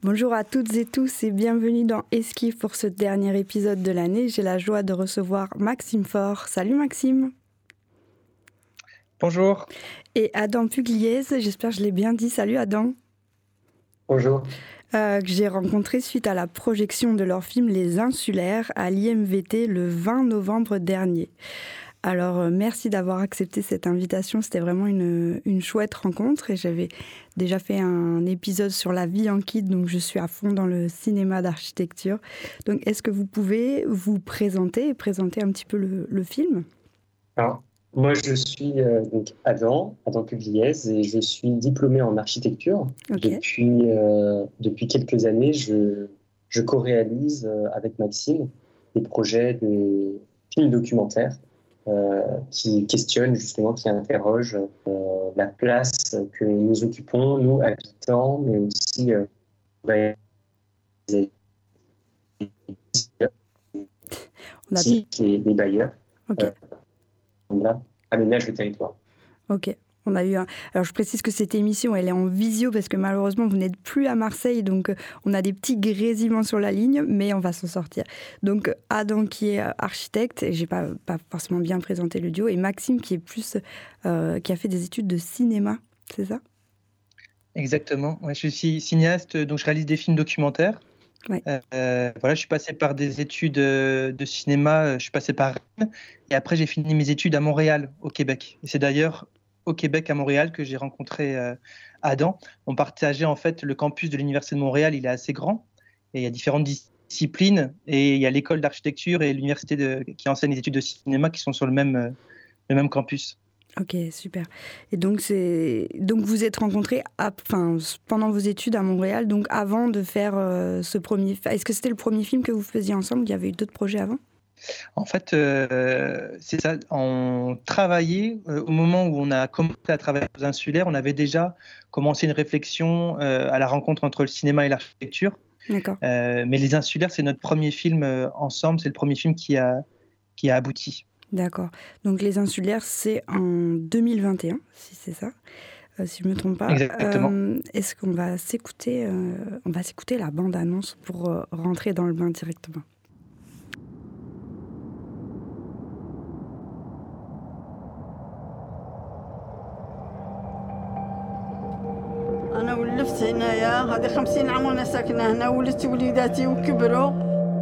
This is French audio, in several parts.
Bonjour à toutes et tous et bienvenue dans Esquive pour ce dernier épisode de l'année. J'ai la joie de recevoir Maxime Faure. Salut Maxime. Bonjour. Et Adam Pugliese, j'espère que je l'ai bien dit. Salut Adam. Bonjour. Que j'ai rencontré suite à la projection de leur film Les Insulaires à l'IMVT le 20 novembre dernier. Alors, merci d'avoir accepté cette invitation. C'était vraiment une chouette rencontre et j'avais déjà fait un épisode sur la vie en kit, donc je suis à fond dans le cinéma d'architecture. Donc, est-ce que vous pouvez vous présenter et présenter un petit peu le film ? Alors, moi, je suis donc Adam Pugliese et je suis diplômé en architecture. Okay. Depuis quelques années, je co-réalise avec Maxime des projets de films documentaires qui questionnent justement, qui interrogent la place que nous occupons, nous habitants, mais aussi les bailleurs. Okay. Là, aménage le territoire. Ok. On a eu Alors je précise que cette émission elle est en visio parce que malheureusement vous n'êtes plus à Marseille, donc on a des petits grésillements sur la ligne, mais on va s'en sortir. Donc Adam qui est architecte, et j'ai pas forcément bien présenté le duo, et Maxime qui est plus qui a fait des études de cinéma, c'est ça ? Exactement. Ouais, je suis cinéaste, donc je réalise des films documentaires. Ouais. Voilà, je suis passé par des études de cinéma, je suis passé par Rennes, et après j'ai fini mes études à Montréal, au Québec. Et c'est d'ailleurs au Québec, à Montréal, que j'ai rencontré Adam. On partageait en fait le campus de l'Université de Montréal, il est assez grand, et il y a différentes disciplines, et il y a l'école d'architecture et l'université qui enseigne les études de cinéma qui sont sur le même campus. Ok, super. Et donc vous êtes rencontrés pendant vos études à Montréal, donc avant de faire ce premier... Est-ce que c'était le premier film que vous faisiez ensemble ? Il y avait eu d'autres projets avant ? En fait, c'est ça. On travaillait au moment où on a commencé à travailler aux Insulaires. On avait déjà commencé une réflexion à la rencontre entre le cinéma et l'architecture. D'accord. Mais Les Insulaires, c'est notre premier film ensemble. C'est le premier film qui a abouti. D'accord. Donc Les Insulaires, c'est en 2021, si c'est ça, si je ne me trompe pas. Exactement. Est-ce qu'on va s'écouter la bande-annonce pour rentrer dans le bain directement ? أنا ولفت هنايا هذه 50 عام وأنا ساكنة هنا ولدت وليداتي وكبروا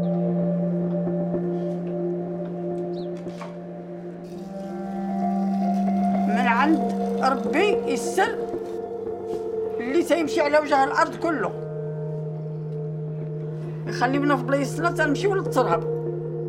من عند ربي يسر اللي تيمشي على وجه الأرض كله يخلينا في بلايصنا تنمشيو للتراب.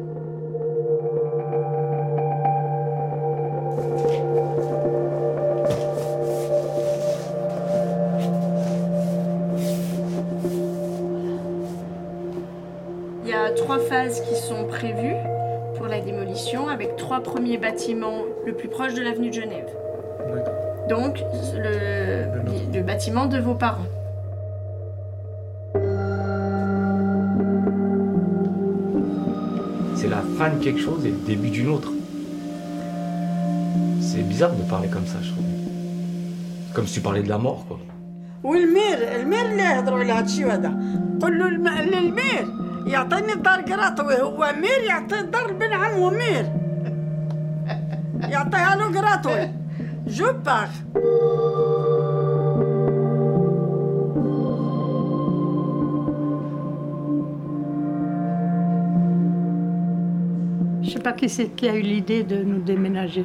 Il y a 3 phases qui sont prévues pour la démolition, avec 3 premiers bâtiments le plus proche de l'avenue de Genève. Donc, le bâtiment de vos parents. C'est la fin de quelque chose et le début d'une autre. C'est bizarre de parler comme ça, je trouve. Comme si tu parlais de la mort, quoi. والمير اللي يهضروا على هادشي وهذا قول له المير يعطيني الدار قراطوي هو مير يعطي الدار لبن عمو مير يعطيها له قراطوي جو باغ. Je sais pas qui c'est qui a eu l'idée de nous déménager.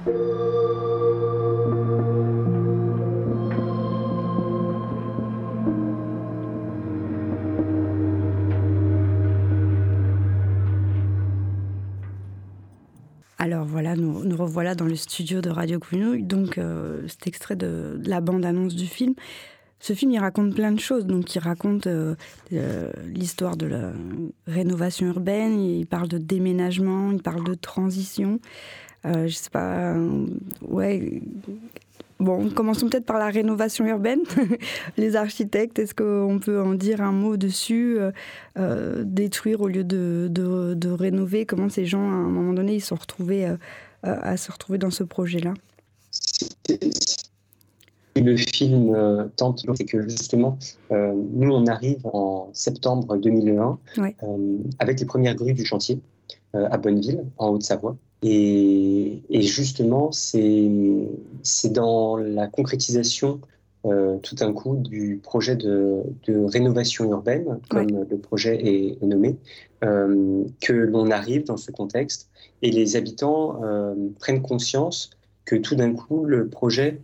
Alors voilà, nous revoilà dans le studio de Radio Grenouille, donc cet extrait de la bande-annonce du film. Ce film, il raconte plein de choses. Donc, il raconte l'histoire de la rénovation urbaine, il parle de déménagement, il parle de transition. Je sais pas... ouais... Bon, commençons peut-être par la rénovation urbaine. Les architectes, est-ce qu'on peut en dire un mot dessus ? Détruire au lieu de rénover. Comment ces gens, à un moment donné, ils se sont retrouvés à se retrouver dans ce projet-là ? le film tente, c'est que justement, nous, on arrive en septembre 2001 avec les premières grues du chantier à Bonneville, en Haute-Savoie. Et justement, c'est dans la concrétisation tout d'un coup du projet de rénovation urbaine, comme le projet est nommé, que l'on arrive dans ce contexte et les habitants prennent conscience que tout d'un coup, le projet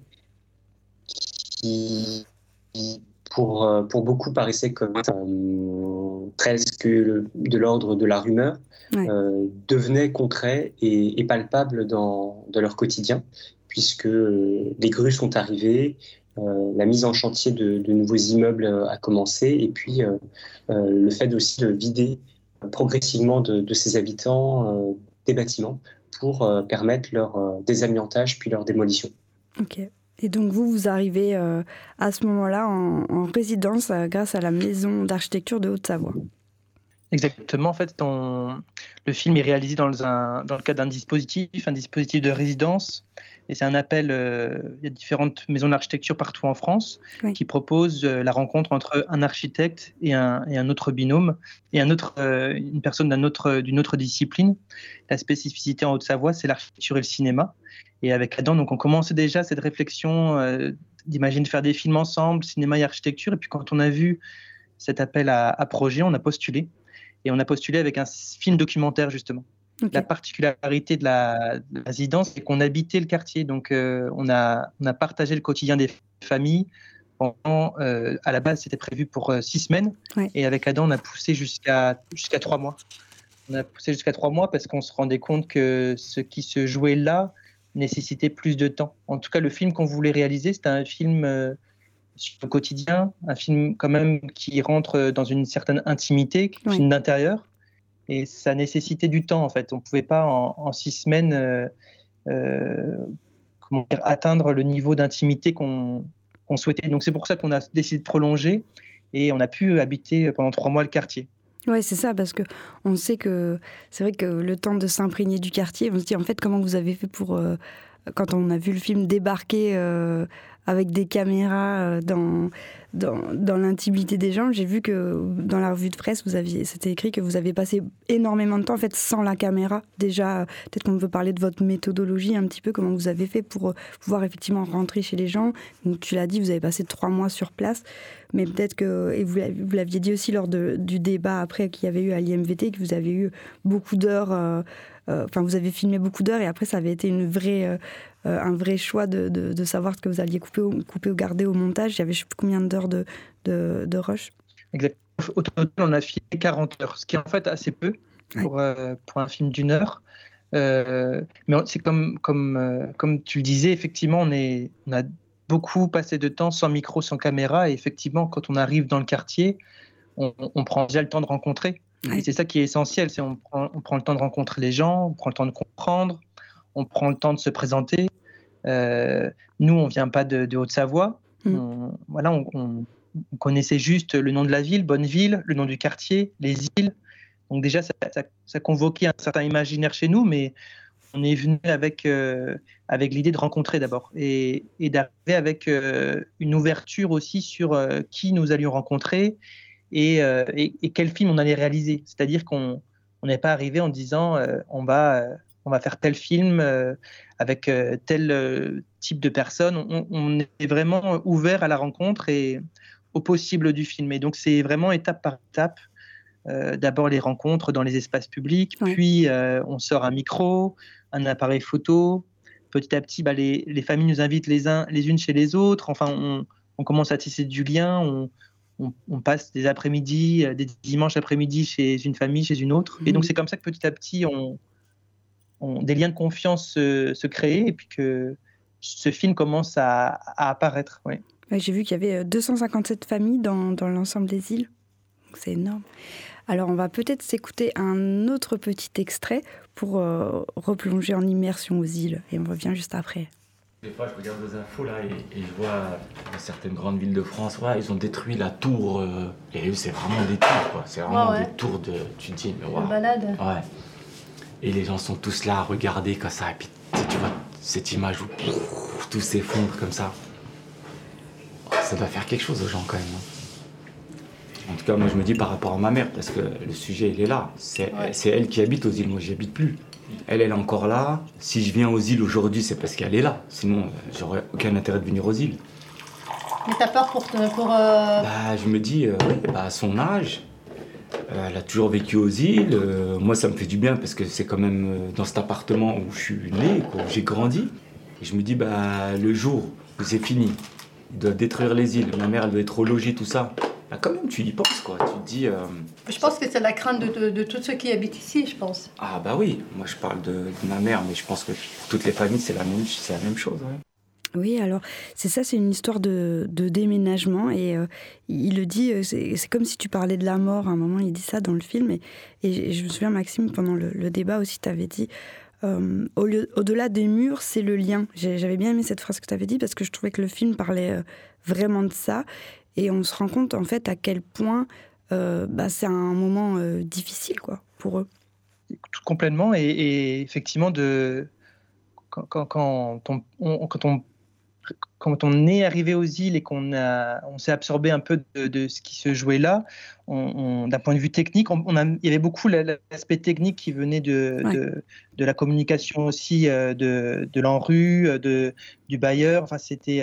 qui pour beaucoup paraissait comme presque de l'ordre de la rumeur, devenait concret et palpable dans leur quotidien, puisque les grues sont arrivées, la mise en chantier de nouveaux immeubles a commencé, et puis le fait aussi de vider progressivement de ses habitants des bâtiments pour permettre leur désamiantage puis leur démolition. Ok. Et donc vous arrivez à ce moment-là en résidence grâce à la maison d'architecture de Haute-Savoie. Exactement. En fait, le film est réalisé dans le cadre d'un dispositif de résidence. Et c'est un appel, il y a différentes maisons d'architecture partout en France qui proposent la rencontre entre un architecte et un autre binôme, et une personne d'une autre discipline. La spécificité en Haute-Savoie, c'est l'architecture et le cinéma. Et avec Adam, donc on commençait déjà cette réflexion d'imaginer de faire des films ensemble, cinéma et architecture. Et puis quand on a vu cet appel à projet, on a postulé. Et on a postulé avec un film documentaire, justement. Okay. La particularité de la résidence, c'est qu'on habitait le quartier. Donc, on a partagé le quotidien des familles. À la base, c'était prévu pour 6 semaines. Ouais. Et avec Adam, on a poussé jusqu'à 3 mois. On a poussé jusqu'à 3 mois parce qu'on se rendait compte que ce qui se jouait là nécessitait plus de temps. En tout cas, le film qu'on voulait réaliser, c'était un film sur le quotidien, un film quand même qui rentre dans une certaine intimité, un film d'intérieur. Et ça nécessitait du temps, en fait. On ne pouvait pas, en 6 semaines, atteindre le niveau d'intimité qu'on souhaitait. Donc, c'est pour ça qu'on a décidé de prolonger et on a pu habiter pendant 3 mois le quartier. Oui, c'est ça, parce qu'on sait que c'est vrai que le temps de s'imprégner du quartier, on se dit, en fait, comment vous avez fait pour, quand on a vu le film débarquer avec des caméras dans l'intimité des gens. J'ai vu que dans la revue de presse, c'était écrit que vous avez passé énormément de temps en fait, sans la caméra. Déjà, peut-être qu'on veut parler de votre méthodologie un petit peu, comment vous avez fait pour pouvoir effectivement rentrer chez les gens. Donc, tu l'as dit, vous avez passé 3 mois sur place, mais peut-être que, et vous l'aviez dit aussi lors du débat après qu'il y avait eu à l'IMVT, que vous avez eu beaucoup d'heures, vous avez filmé beaucoup d'heures et après ça avait été un vrai choix de savoir ce que vous alliez couper ou garder au montage. Il y avait je ne sais plus combien d'heures de rush. Exactement. Au total, on a filmé 40 heures, ce qui est en fait assez peu pour un film d'1 heure. Mais c'est comme tu le disais, effectivement, on a beaucoup passé de temps sans micro, sans caméra. Et effectivement, quand on arrive dans le quartier, on prend déjà le temps de rencontrer. Et c'est ça qui est essentiel, c'est on prend le temps de rencontrer les gens, on prend le temps de comprendre, on prend le temps de se présenter. Nous, on ne vient pas de Haute-Savoie. On connaissait juste le nom de la ville, Bonneville, le nom du quartier, les îles. Donc déjà, ça convoquait un certain imaginaire chez nous, mais on est venu avec l'idée de rencontrer d'abord et d'arriver avec une ouverture aussi sur qui nous allions rencontrer et quel film on allait réaliser. C'est-à-dire qu'on n'est pas arrivé en disant on va faire tel film avec tel type de personnes. On est vraiment ouvert à la rencontre et au possible du film. Et donc, c'est vraiment étape par étape. D'abord les rencontres dans les espaces publics, puis on sort un micro, un appareil photo. Petit à petit, les familles nous invitent les unes chez les autres. Enfin, on commence à tisser du lien. On passe des après-midi, des dimanches après-midi chez une famille, chez une autre. Et donc, c'est comme ça que petit à petit, des liens de confiance se créent et puis que ce film commence à apparaître. Ouais. Ouais, j'ai vu qu'il y avait 257 familles dans l'ensemble des îles. Donc, c'est énorme. Alors, on va peut-être s'écouter un autre petit extrait pour replonger en immersion aux îles. Et on revient juste après. Des fois, je regarde les infos là et je vois dans certaines grandes villes de France, ils ont détruit la tour. Et eux, c'est vraiment des tours, quoi. C'est vraiment des tours de. Tu te dis, mais wow. Balade. Ouais. Et les gens sont tous là à regarder comme ça. Et puis tu vois cette image où tout s'effondre comme ça. ça doit faire quelque chose aux gens quand même. En tout cas, moi je me dis par rapport à ma mère, parce que le sujet il est là. C'est elle qui habite aux îles, moi j'y habite plus. Elle est encore là. Si je viens aux îles aujourd'hui, c'est parce qu'elle est là. Sinon, j'aurais aucun intérêt de venir aux îles. Mais t'as peur pour Je me dis, à son âge, elle a toujours vécu aux îles. Moi, ça me fait du bien parce que c'est quand même dans cet appartement où je suis né, où j'ai grandi. Et je me dis, le jour où c'est fini, ils doivent détruire les îles. Ma mère, elle doit être relogée, tout ça. Quand même, tu y penses, quoi. Tu te dis... Je pense que c'est la crainte de tous ceux qui habitent ici, je pense. Ah oui, moi je parle de ma mère, mais je pense que pour toutes les familles, c'est la même chose. Ouais. Oui, alors c'est une histoire de déménagement et il le dit, c'est comme si tu parlais de la mort. À un moment, il dit ça dans le film et je me souviens, Maxime, pendant le débat aussi, tu avais dit au-delà des murs, c'est le lien. J'avais bien aimé cette phrase que tu avais dit parce que je trouvais que le film parlait vraiment de ça et on se rend compte en fait à quel point c'est un moment difficile quoi, pour eux. Complètement et effectivement, quand on est arrivé aux îles et on s'est absorbé un peu de ce qui se jouait là, d'un point de vue technique, il y avait beaucoup l'aspect technique qui venait de la communication aussi, de l'ANRU, du bailleur. Enfin,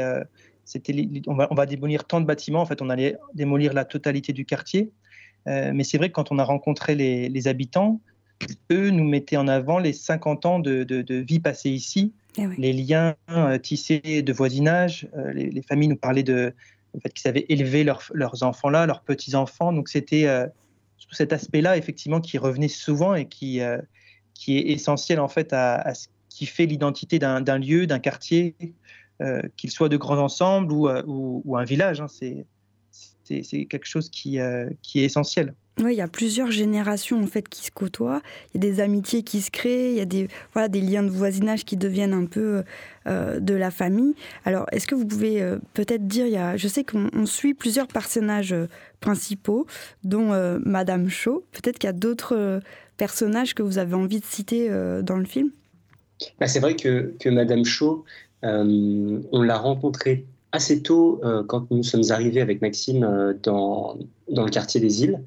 on va démolir tant de bâtiments. En fait, on allait démolir la totalité du quartier. Mais c'est vrai que quand on a rencontré les habitants, eux nous mettaient en avant les 50 ans de vie passée ici. Les liens tissés de voisinage, les familles nous parlaient du fait qu'ils avaient élevé leurs enfants là, leurs petits-enfants. Donc c'était tout cet aspect-là, effectivement, qui revenait souvent et qui est essentiel en fait à ce qui fait l'identité d'un lieu, d'un quartier, qu'il soit de grands ensembles ou un village. Hein. C'est quelque chose qui est essentiel. Oui, il y a plusieurs générations en fait qui se côtoient, il y a des amitiés qui se créent, il y a des liens de voisinage qui deviennent un peu de la famille. Alors, est-ce que vous pouvez peut-être dire, je sais qu'on suit plusieurs personnages principaux, dont Madame Shaw. Peut-être qu'il y a d'autres personnages que vous avez envie de citer dans le film ? C'est vrai que Madame Shaw, on l'a rencontrée assez tôt quand nous sommes arrivés avec Maxime dans le quartier des îles.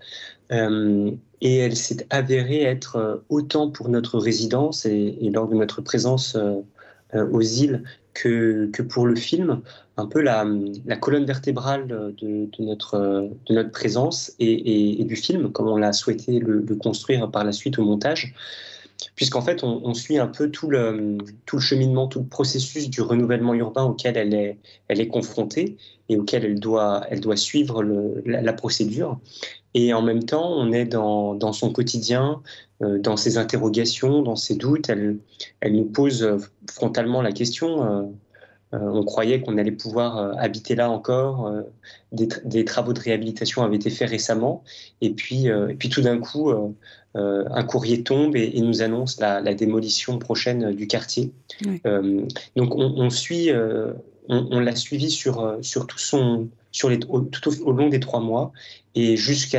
Et elle s'est avérée être autant pour notre résidence et lors de notre présence aux îles que pour le film, un peu la colonne vertébrale de notre présence et du film, comme on l'a souhaité le construire par la suite au montage. Puisqu'en fait, on suit un peu tout le cheminement, tout le processus du renouvellement urbain auquel elle est confrontée et auquel elle doit suivre la procédure. Et en même temps, on est dans son quotidien, dans ses interrogations, dans ses doutes. Elle nous pose frontalement la question. On croyait qu'on allait pouvoir habiter là encore. Des travaux de réhabilitation avaient été faits récemment. Et puis tout d'un coup, un courrier tombe et nous annonce la démolition prochaine du quartier. Oui. Donc on suit, on l'a suivi sur tout au long des 3 mois et jusqu'à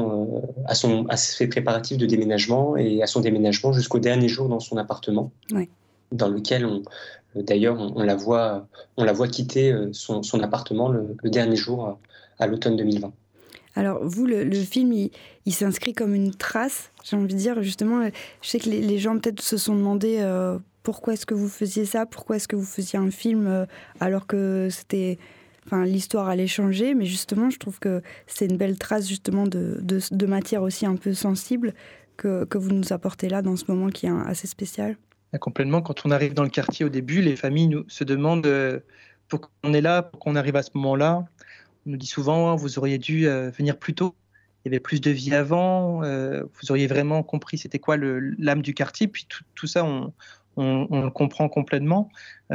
ses préparatifs de déménagement et à son déménagement jusqu'au dernier jour dans son appartement. Oui. Dans lequel d'ailleurs on la voit quitter son appartement le dernier jour à l'automne 2020. Alors vous, le film, il s'inscrit comme une trace, j'ai envie de dire, justement. Je sais que les gens peut-être se sont demandé pourquoi est-ce que vous faisiez ça, pourquoi est-ce que vous faisiez un film alors que l'histoire allait changer, mais justement, je trouve que c'est une belle trace justement de matière aussi un peu sensible que vous nous apportez là dans ce moment qui est assez spécial. Complètement. Quand on arrive dans le quartier au début, les familles se demandent pourquoi on est là, pourquoi on arrive à ce moment-là. On nous dit souvent, vous auriez dû venir plus tôt. Il y avait plus de vie avant. Vous auriez vraiment compris c'était quoi l'âme du quartier. Puis tout ça, on le comprend complètement.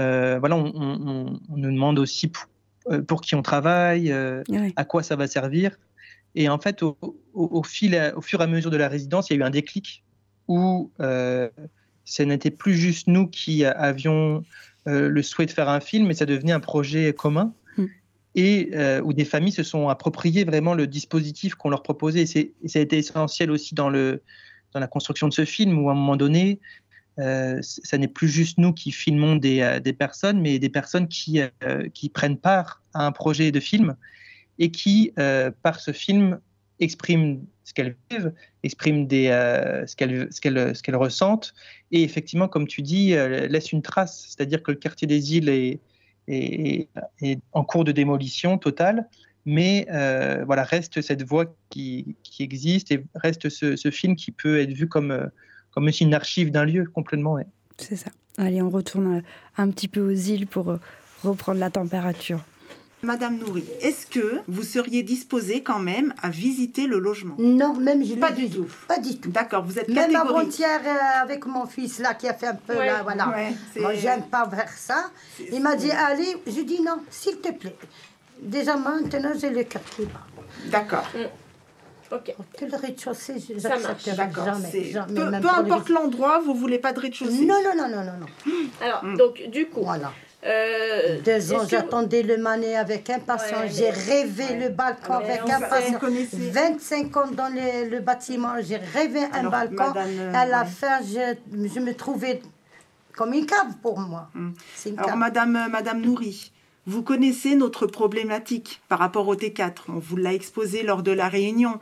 On nous demande aussi pour qui on travaille, oui. À quoi ça va servir. Et en fait, au fur et à mesure de la résidence, il y a eu un déclic où ce n'était plus juste nous qui avions le souhait de faire un film, mais ça devenait un projet commun. Et où des familles se sont appropriées vraiment le dispositif qu'on leur proposait. Et ça a été essentiel aussi dans la construction de ce film, où à un moment donné, ça n'est plus juste nous qui filmons des personnes, mais des personnes qui prennent part à un projet de film et qui, par ce film, expriment ce qu'elles vivent, expriment ce qu'elles ressentent, et effectivement, comme tu dis, laissent une trace. C'est-à-dire que le quartier des îles est en cours de démolition totale, mais voilà, reste cette voix qui existe, et reste ce film qui peut être vu comme aussi une archive d'un lieu, complètement. Ouais. C'est ça. Allez, on retourne un petit peu aux îles pour reprendre la température. Madame Nouri, est-ce que vous seriez disposée quand même à visiter le logement? Non, même je Pas du tout. Pas du tout. D'accord, vous êtes même catégorique. avant-hier avec mon fils là qui a fait un peu là, voilà. Ouais, moi, j'aime pas faire ça. Il m'a dit allez, je dis non, s'il te plaît. Déjà maintenant j'ai le cœur qui bat. D'accord. Ok. Que le rez-de-chaussée, Ça marche. j'accepterai jamais. Peu importe l'endroit, vous voulez pas de rez-de-chaussée? Non. Alors, donc, du coup... Voilà. 2 ans, j'attendais le manet avec impatience. J'ai rêvé le balcon avec impatience. 25 ans dans le bâtiment, j'ai rêvé un balcon. À la fin, je me trouvais comme une cave pour moi. Alors, Madame Nouri, vous connaissez notre problématique par rapport au T4. On vous l'a exposé lors de la réunion.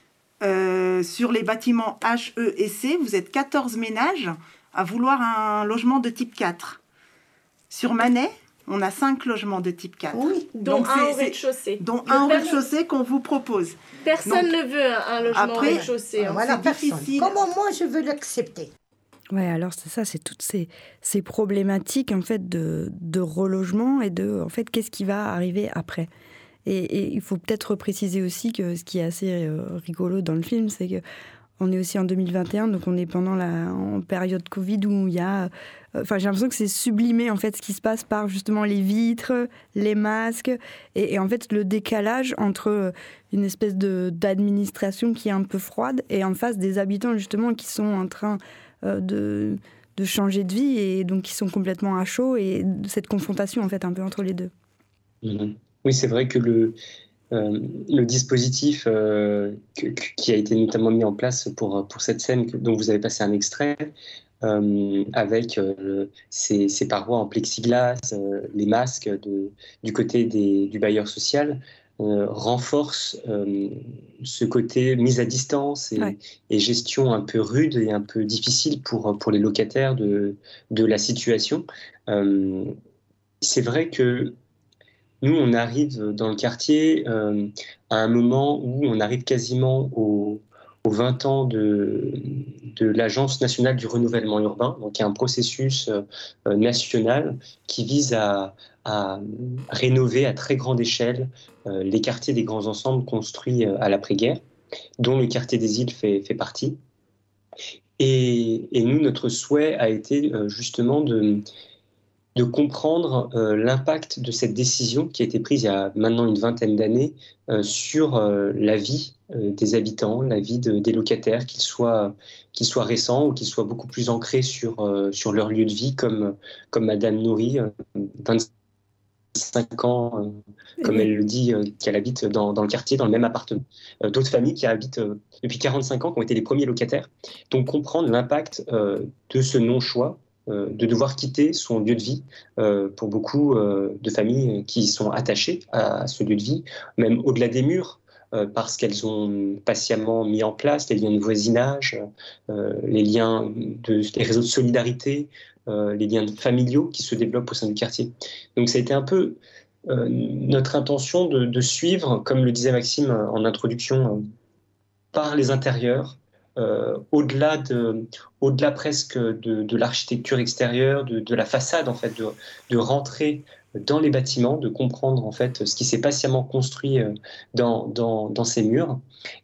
Sur les bâtiments H, E et C, vous êtes 14 ménages à vouloir un logement de type 4. Sur Manet, on a 5 logements de type 4. Oui, dont un au rez-de-chaussée. Dont un au rez-de-chaussée qu'on vous propose. Personne ne veut un logement au rez-de-chaussée. Voilà, difficile. Comment moi je veux l'accepter? Ouais, alors c'est ça, c'est toutes ces problématiques en fait de relogement et en fait qu'est-ce qui va arriver après. Et il faut peut-être préciser aussi que ce qui est assez rigolo dans le film, c'est que on est aussi en 2021, donc on est en période Covid où il y a... j'ai l'impression que c'est sublimé en fait ce qui se passe par justement les vitres, les masques, et en fait le décalage entre une espèce d'administration qui est un peu froide et en face des habitants justement qui sont en train de changer de vie et donc qui sont complètement à chaud, et cette confrontation en fait un peu entre les deux. Oui, c'est vrai que le dispositif qui a été notamment mis en place pour cette scène dont vous avez passé un extrait, avec ces parois en plexiglas, les masques du côté du bailleur social, renforce ce côté mise à distance et gestion un peu rude et un peu difficile pour les locataires de la situation. C'est vrai que nous, on arrive dans le quartier à un moment où on arrive quasiment aux 20 ans de l'Agence nationale du renouvellement urbain. Donc, il y a un processus national qui vise à rénover à très grande échelle les quartiers des grands ensembles construits à l'après-guerre, dont le quartier des îles fait partie. Et nous, notre souhait a été justement de comprendre l'impact de cette décision qui a été prise il y a maintenant une vingtaine d'années sur la vie des habitants, la vie des locataires, qu'ils soient récents ou qu'ils soient beaucoup plus ancrés sur leur lieu de vie, comme Madame Nouri, 25 ans, comme elle le dit, qu'elle habite dans le quartier, dans le même appartement. D'autres familles qui habitent depuis 45 ans, qui ont été les premiers locataires. Donc comprendre l'impact de ce non-choix, de devoir quitter son lieu de vie pour beaucoup de familles qui sont attachées à ce lieu de vie, même au-delà des murs, parce qu'elles ont patiemment mis en place les liens de voisinage, les liens les réseaux de solidarité, les liens familiaux qui se développent au sein du quartier. Donc ça a été un peu notre intention de suivre, comme le disait Maxime en introduction, par les intérieurs, au-delà presque de l'architecture extérieure, de la façade, en fait, de rentrer dans les bâtiments, de comprendre en fait ce qui s'est patiemment construit dans ces murs,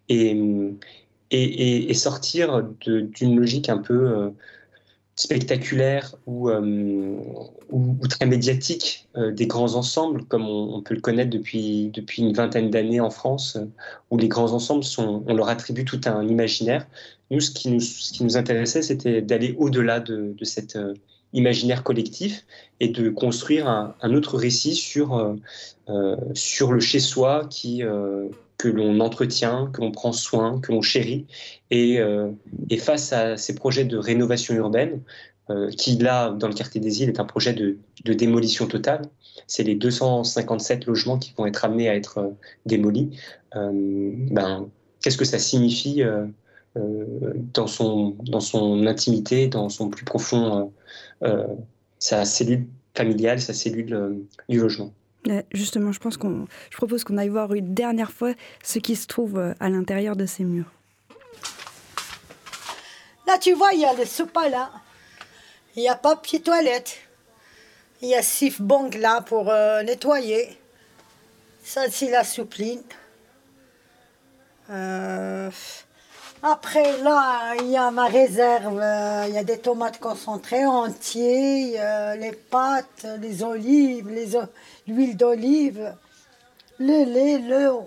et sortir d'une logique un peu spectaculaire ou très médiatique des grands ensembles, comme on peut le connaître depuis une vingtaine d'années en France, où les grands ensembles on leur attribue tout un imaginaire. Nous, ce qui nous intéressait, c'était d'aller au-delà de cet imaginaire collectif et de construire un autre récit sur le chez-soi que l'on entretient, que l'on prend soin, que l'on chérit. Et face à ces projets de rénovation urbaine, qui là, dans le quartier des Îles, est un projet de démolition totale. C'est les 257 logements qui vont être amenés à être démolis. Qu'est-ce que ça signifie dans son intimité, dans son plus profond, sa cellule familiale, sa cellule du logement. Justement, je propose qu'on aille voir une dernière fois ce qui se trouve à l'intérieur de ces murs. Là, tu vois, il y a le sopa là. Il y a papier toilette. Il y a sif-bong là pour nettoyer. Ça, c'est la soupline. Après, là, il y a ma réserve. Il y a des tomates concentrées entières, les pâtes, les olives, l'huile d'olive, le lait,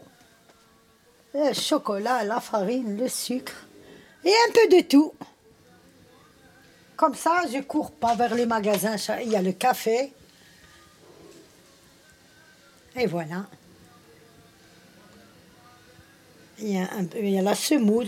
le chocolat, la farine, le sucre. Et un peu de tout. Comme ça, je ne cours pas vers les magasins. Il y a le café. Et voilà. Il y a la semoule.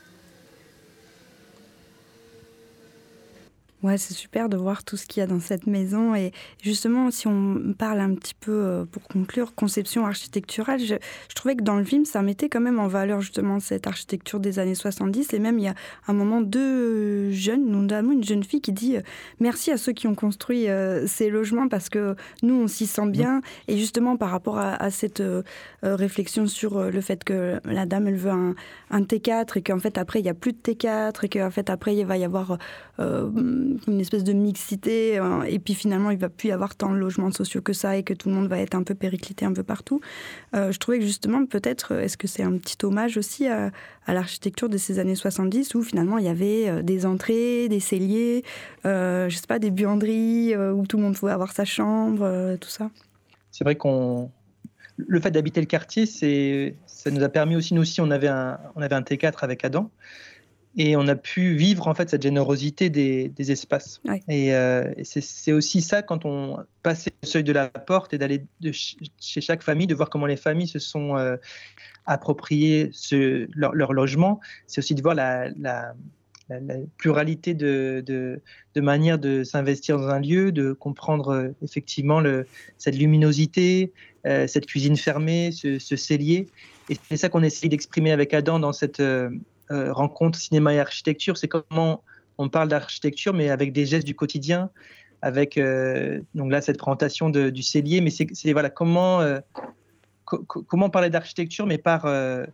Ouais, c'est super de voir tout ce qu'il y a dans cette maison. Et justement, si on parle un petit peu, pour conclure, conception architecturale, je trouvais que dans le film, ça mettait quand même en valeur justement cette architecture des années 70. Et même, il y a un moment, deux jeunes, notamment une jeune fille qui dit « Merci à ceux qui ont construit ces logements parce que nous, on s'y sent bien. » Et justement, par rapport à cette réflexion sur le fait que la dame, elle veut un T4 et qu'en fait, après, il n'y a plus de T4 et qu'en fait, après, il va y avoir... une espèce de mixité, et puis finalement il ne va plus y avoir tant de logements sociaux que ça et que tout le monde va être un peu périclité un peu partout. Je trouvais que justement peut-être, est-ce que c'est un petit hommage aussi à l'architecture de ces années 70 où finalement il y avait des entrées, des celliers, je sais pas, des buanderies où tout le monde pouvait avoir sa chambre, tout ça. C'est vrai le fait d'habiter le quartier, ça nous a permis aussi, nous aussi on avait un T4 avec Adam. Et on a pu vivre en fait cette générosité des espaces. Ouais. Et c'est aussi ça quand on passait le seuil de la porte et d'aller chez chaque famille, de voir comment les familles se sont appropriées leur logement. C'est aussi de voir la pluralité de manières de s'investir dans un lieu, de comprendre effectivement cette luminosité, cette cuisine fermée, ce cellier. Et c'est ça qu'on essaye d'exprimer avec Adam dans cette... rencontre cinéma et architecture, c'est comment on parle d'architecture mais avec des gestes du quotidien, avec donc là cette présentation du cellier, mais c'est voilà comment parler d'architecture mais par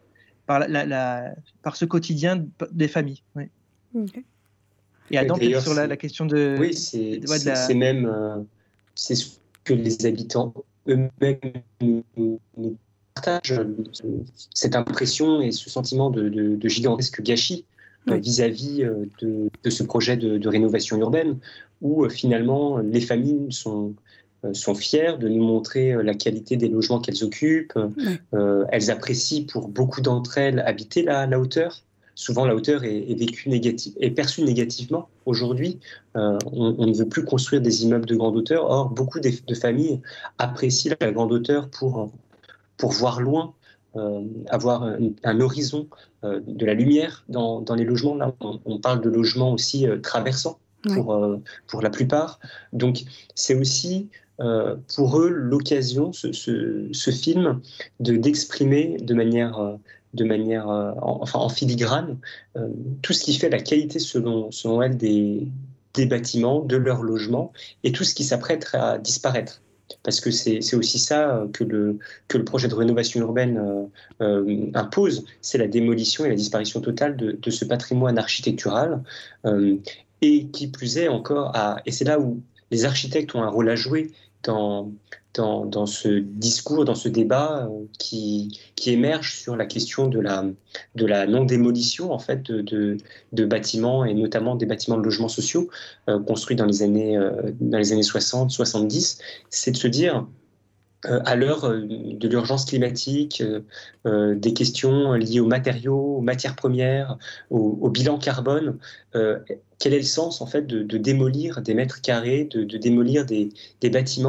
ce quotidien des familles. Oui. Okay. Et Adam, peut-être sur la question de... Oui, c'est même c'est ce que les habitants eux-mêmes nous partagent, cette impression et ce sentiment de gigantesque gâchis vis-à-vis de ce projet de rénovation urbaine où finalement les familles sont fières de nous montrer la qualité des logements qu'elles occupent. Elles apprécient pour beaucoup d'entre elles habiter la hauteur. Souvent, la hauteur est perçue négativement. Aujourd'hui, on ne veut plus construire des immeubles de grande hauteur. Or, beaucoup de familles apprécient la grande hauteur pour voir loin, avoir un horizon, de la lumière dans les logements. Là, on parle de logements aussi traversants pour la plupart. Donc, c'est aussi pour eux l'occasion, ce film, d'exprimer de manière en filigrane tout ce qui fait la qualité selon elle des bâtiments, de leurs logements et tout ce qui s'apprête à disparaître. Parce que c'est aussi ça que le projet de rénovation urbaine impose, c'est la démolition et la disparition totale de ce patrimoine architectural, et qui plus est encore, et c'est là où les architectes ont un rôle à jouer dans ce discours, dans ce débat qui émerge sur la question de la non-démolition en fait, de bâtiments, et notamment des bâtiments de logements sociaux construits dans les années 60, 70, c'est de se dire, à l'heure de l'urgence climatique, des questions liées aux matériaux, aux matières premières, au bilan carbone, quel est le sens en fait de démolir des mètres carrés, de démolir des bâtiments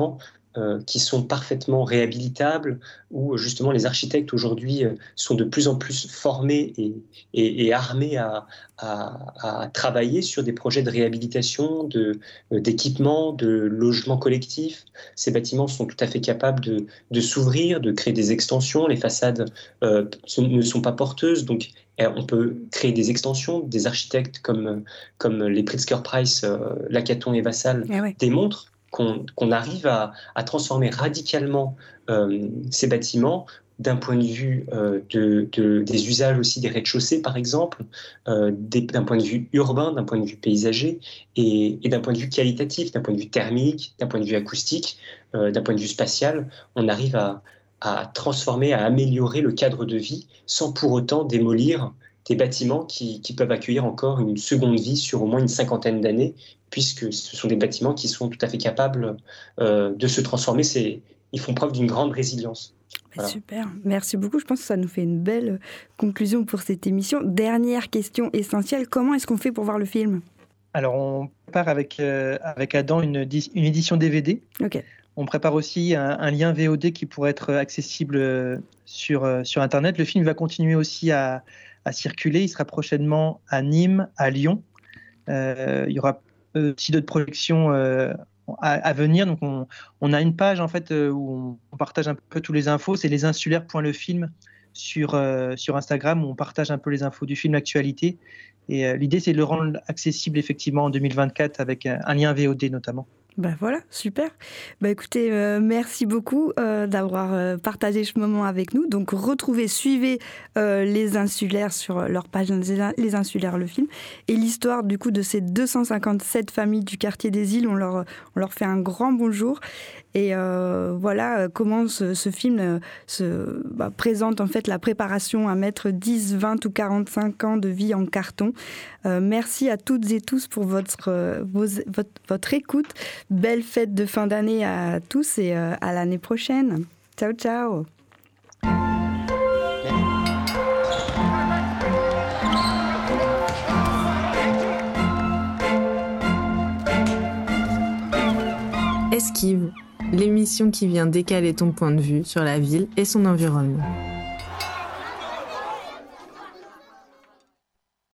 qui sont parfaitement réhabilitables, où justement les architectes aujourd'hui sont de plus en plus formés et armés à travailler sur des projets de réhabilitation, d'équipement, de logement collectif. Ces bâtiments sont tout à fait capables de s'ouvrir, de créer des extensions. Les façades ne sont pas porteuses, donc on peut créer des extensions. Des architectes comme les Pritzker-Price, Lacaton et Vassal démontrent qu'on arrive à transformer radicalement ces bâtiments d'un point de vue des usages aussi des rez-de-chaussée, par exemple, d'un point de vue urbain, d'un point de vue paysager, et d'un point de vue qualitatif, d'un point de vue thermique, d'un point de vue acoustique, d'un point de vue spatial. On arrive à transformer, à améliorer le cadre de vie sans pour autant démolir des bâtiments qui peuvent accueillir encore une seconde vie sur au moins une 50aine d'années, puisque ce sont des bâtiments qui sont tout à fait capables de se transformer. Ils font preuve d'une grande résilience. Voilà. Super, merci beaucoup. Je pense que ça nous fait une belle conclusion pour cette émission. Dernière question essentielle, comment est-ce qu'on fait pour voir le film ? Alors, on part avec Adam une édition DVD. Ok. On prépare aussi un lien VOD qui pourrait être accessible sur Internet. Le film va continuer aussi à circuler. Il sera prochainement à Nîmes, à Lyon. Il y aura aussi d'autres projections à venir. Donc, on a une page en fait où on partage un peu tous les infos. C'est lesinsulaires.lefilm sur Instagram, où on partage un peu les infos du film, l'actualité. Et l'idée, c'est de le rendre accessible effectivement en 2024 avec un lien VOD notamment. Ben voilà, super. Écoutez, merci beaucoup d'avoir partagé ce moment avec nous. Donc suivez les Insulaires sur leur page Les Insulaires, le film. Et l'histoire du coup de ces 257 familles du quartier des Îles, on leur fait un grand bonjour. Et voilà comment ce film présente en fait la préparation à mettre 10, 20 ou 45 ans de vie en carton. Merci à toutes et tous pour votre écoute. Belle fête de fin d'année à tous et à l'année prochaine. Ciao, ciao. Esquive, l'émission qui vient décaler ton point de vue sur la ville et son environnement.